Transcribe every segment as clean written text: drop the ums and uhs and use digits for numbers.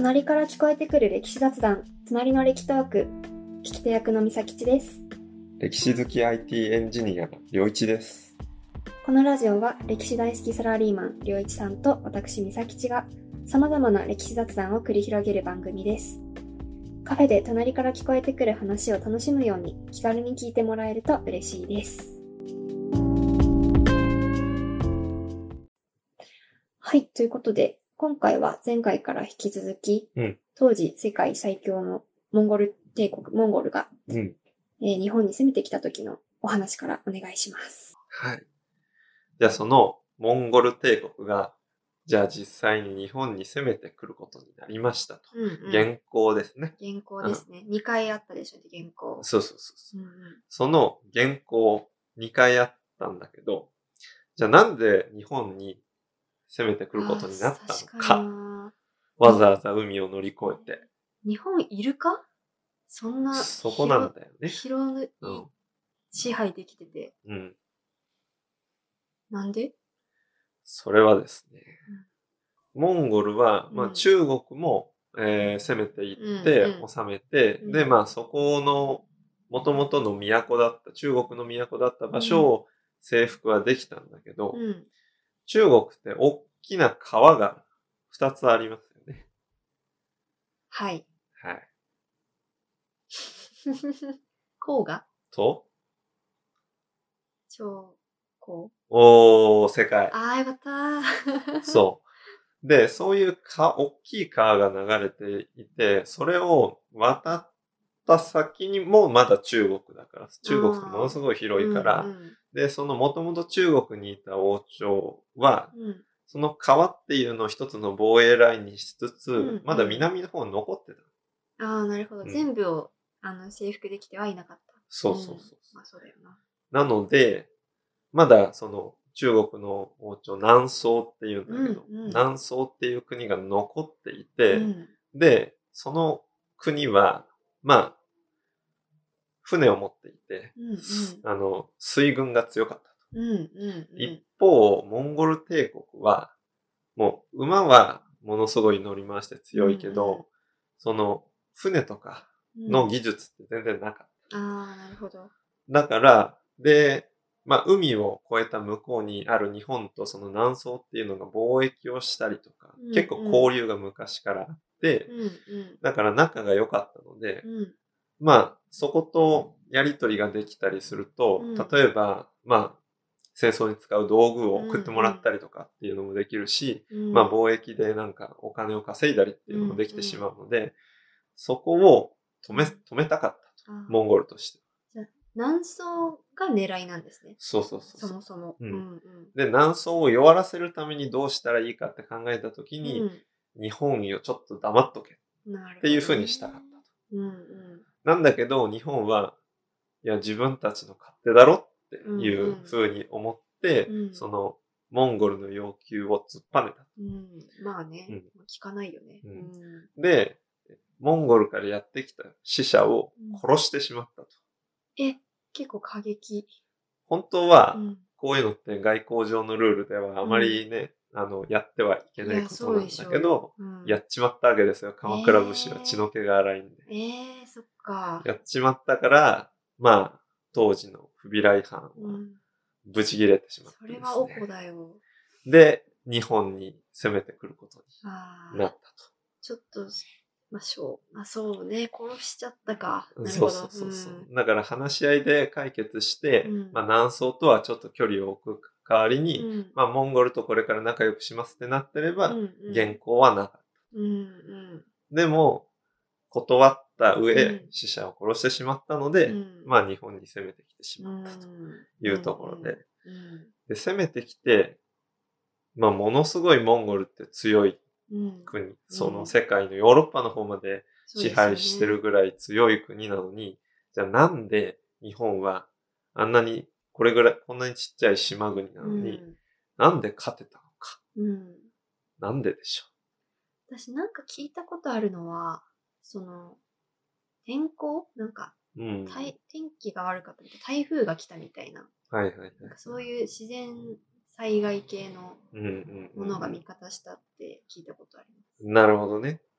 隣から聞こえてくる歴史雑談、隣の歴トーク。聞き手役のみさきちです。 歴史好き IT エンジニアのりょういちです。 このラジオは歴史大好きサラリーマンりょういちさんと私みさきちが様々な歴史雑談を繰り広げる番組です。カフェで隣から聞こえてくる話を楽しむように気軽に聞いてもらえると嬉しいです。はい、ということで今回は前回から引き続き、当時世界最強のモンゴル帝国、モンゴルが、日本に攻めてきた時のお話からお願いします。 はい。じゃあそのモンゴル帝国が、じゃあ実際に日本に攻めてくることになりましたと。元寇ですね。 元寇ですね。2回あったでしょ、元寇。 そう。その元寇2回あったんだけど、じゃあなんで日本に攻めてくることになったのか。わざわざ海を乗り越えて。 日本いるか？そんなそこなんだよね。 広い支配できてて。なんで？ それはですね、モンゴルは、中国も、攻めていって、治めて、で、そこの、元々の都だった、中国の都だった場所を征服はできたんだけど、中国って大きな川が2つありますよね。 はい。 はい。 黄河と長江。 おー、正解。 よかったー。 そう。で、そういう大きい川が流れていて、それを渡った先にもまだ中国だから、中国ってものすごい広いから、で、そのもともと中国にいた王朝は、その川っていうのを一つの防衛ラインにしつつ、まだ南の方に残ってた。 なるほど。全部を征服できてはいなかった。 そう。 そうだよな。 なので、まだその中国の王朝南宋っていうんだけど、南宋っていう国が残っていて、で、その国は、船を持っていて、水軍が強かったと。一方、モンゴル帝国は、もう馬はものすごい乗り回して強いけど、その船とかの技術って全然なかった。 なるほど。だから、で、海を越えた向こうにある日本とその南宋っていうのが貿易をしたりとか、結構交流が昔からあって、だから仲が良かったので、そことやりとりができたりすると、例えば、戦争に使う道具を送ってもらったりとかっていうのもできるし、貿易でなんかお金を稼いだりっていうのもできてしまうので、そこを止めたかったと、モンゴルとして。 南宋が狙いなんですね。 そう。 そもそも。 で、南宋を弱らせるためにどうしたらいいかって考えたときに、日本よちょっと黙っとけっていう風にしたかったと。なんだけど、日本は、いや、自分たちの勝手だろっていう風に思って、その、モンゴルの要求を突っぱねた。 聞かないよね。 で、モンゴルからやってきた死者を殺してしまったと。 結構過激。 本当は、こういうのって外交上のルールではあまりね、やってはいけないことなんだけど、やっちまったわけですよ。鎌倉武士は血の気が荒いんで。 そっか。 やっちまったから、当時のフビライハンは、ブチ切れてしまったんですね。 それはおこだよ。 で、日本に攻めてくることになったと。 ちょっと、そうね、殺しちゃったか。 そう。だから話し合いで解決して、南宋とはちょっと距離を置く代わりに、モンゴルとこれから仲良くしますってなってれば、元寇はなかった。でも、断った上、死者を殺してしまったので、日本に攻めてきてしまったというところで。で、攻めてきて、ものすごいモンゴルって強い国、その世界のヨーロッパの方まで支配してるぐらい強い国なのに、じゃあなんで日本はあんなにこんなにちっちゃい島国なのに、なんで勝てたのか。なんででしょう。私なんか聞いたことあるのは、その、天候天気が悪かったみたいな、台風が来たみたいな。そういう自然災害系のものが味方したって聞いたことあります。 なるほどね。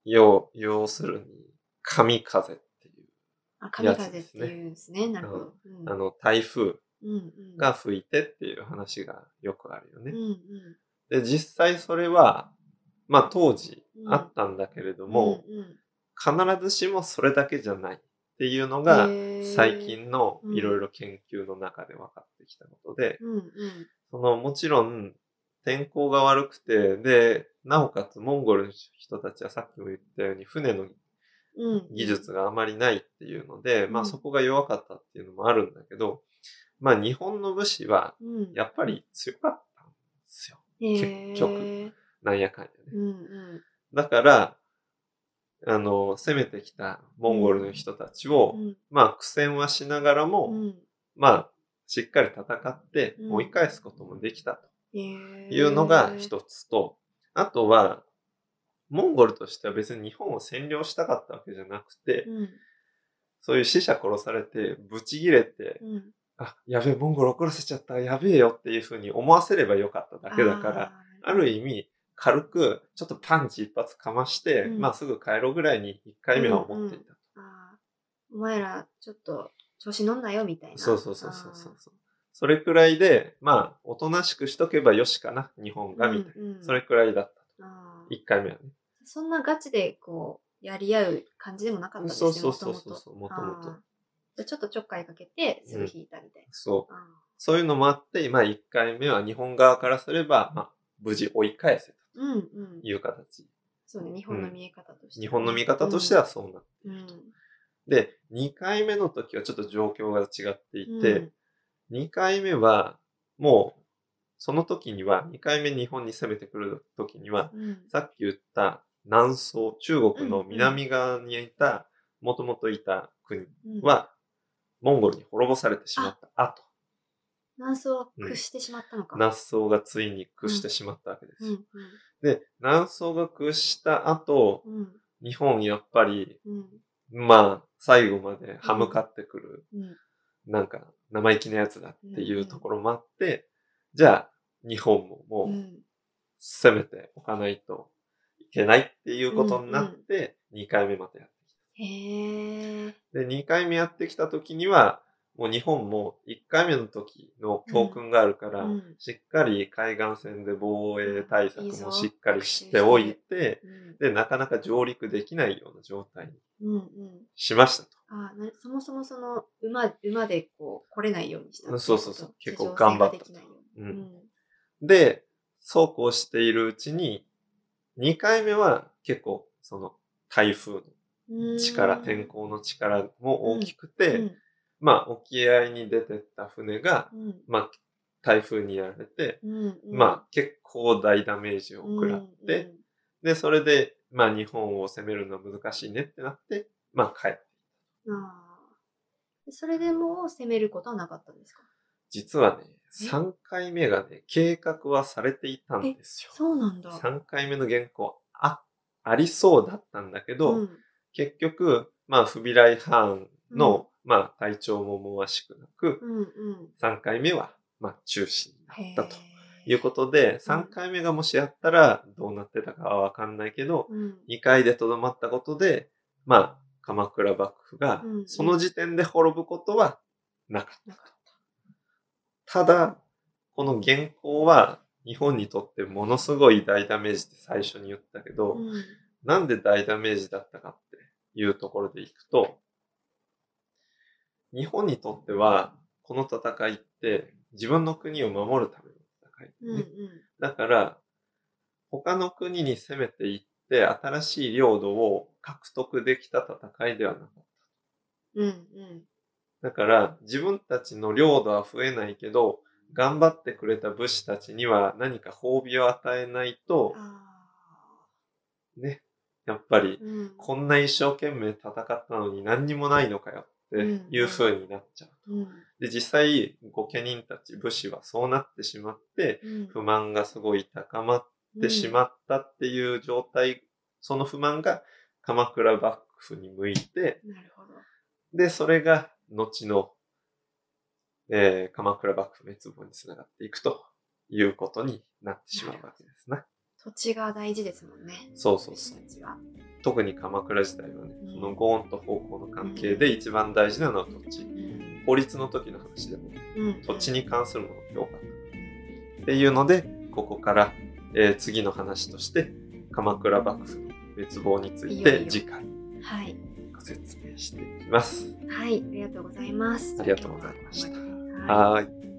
要するに、神風っていう神風っていうんですね。なるほど。 台風が吹いてっていう話がよくあるよね。で、実際それは、当時あったんだけれども、必ずしもそれだけじゃないっていうのが、最近のいろいろ研究の中で分かってきたことで、もちろん、天候が悪くて、で、なおかつモンゴルの人たちはさっきも言ったように船の技術があまりないっていうので、そこが弱かったっていうのもあるんだけど、日本の武士はやっぱり強かったんですよ。結局。なんやかんやね。だから、攻めてきたモンゴルの人たちを、苦戦はしながらも、しっかり戦って追い返すこともできたというのが一つと、あとは、モンゴルとしては別に日本を占領したかったわけじゃなくて、そういう死者殺されて、ブチギレて、やべえ、モンゴル怒らせちゃった、やべえよっていうふうに思わせればよかっただけだから、ある意味、軽く、ちょっとパンチ一発かまして、すぐ帰ろうぐらいに1回目は思っていた。 お前ら、ちょっと、調子乗んなよ、みたいな。 そう。それくらいで、おとなしくしとけばよしかな、日本が、みたいな。それくらいだった。1回目はね。 そんなガチで、やり合う感じでもなかったんですね、 そう、もともと。 じゃちょっとちょっかいかけて、すぐ引いたみたいな。 そういうのもあって、1回目は日本側からすれば、無事追い返せたという形。 そうね、日本の見え方として。 日本の見方としてはそうなっていると。で、2回目の時はちょっと状況が違っていて、2回目は、もう、その時には、2回目日本に攻めてくる時には、さっき言った南宋、中国の南側にいた、もともといた国は、モンゴルに滅ぼされてしまった後。 南宋は屈してしまったのか。 南宋がついに屈してしまったわけですよ。で、南宋が屈した後、日本やっぱり、最後まで歯向かってくる、なんか生意気なやつだっていうところもあって、じゃあ日本ももう攻めておかないといけないっていうことになって、2回目またやってきた。で、2回目やってきた時には、もう日本も1回目の時の教訓があるから、しっかり海岸線で防衛対策もしっかりしておいて、で、なかなか上陸できないような状態にしましたと。 そもそもその馬で来れないようにした。 そう。結構頑張った。で、そうこうしているうちに、2回目は結構その台風の力、天候の力も大きくて、沖合に出てった船が、台風にやられて、結構大ダメージを食らって、で、それで、日本を攻めるのは難しいねってなって、帰っていった。 それでもう攻めることはなかったんですか？ 実はね、3回目がね、計画はされていたんですよ。 そうなんだ。 3回目の原稿、ありそうだったんだけど、結局、フビライ・ハーンの、体調も思わしくなく、3回目は、中止になったということで、3回目がもしやったらどうなってたかはわかんないけど、2回でとどまったことで、鎌倉幕府がその時点で滅ぶことはなかった。ただ、この原稿は日本にとってものすごい大ダメージって最初に言ったけど、なんで大ダメージだったかっていうところでいくと、日本にとってはこの戦いって自分の国を守るための戦い、ね。だから、他の国に攻めていって新しい領土を獲得できた戦いではなかった。だから自分たちの領土は増えないけど、頑張ってくれた武士たちには何か褒美を与えないと、ね、やっぱり、こんな一生懸命戦ったのに何にもないのかよっていう風になっちゃうと。で、実際、御家人たち、武士はそうなってしまって、不満がすごい高まってしまったっていう状態、その不満が鎌倉幕府に向いて、で、それが後の、鎌倉幕府滅亡につながっていくということになってしまうわけですね。 土地が大事ですもんね。 そう。 特に鎌倉時代はね、そのご恩と奉公の関係で一番大事なのは土地。法律の時の話でも、土地に関するものって多かった。っていうので、ここから、次の話として、鎌倉幕府の滅亡について次回、ご説明していきます。 はい、ありがとうございます。 ありがとうございました。はい。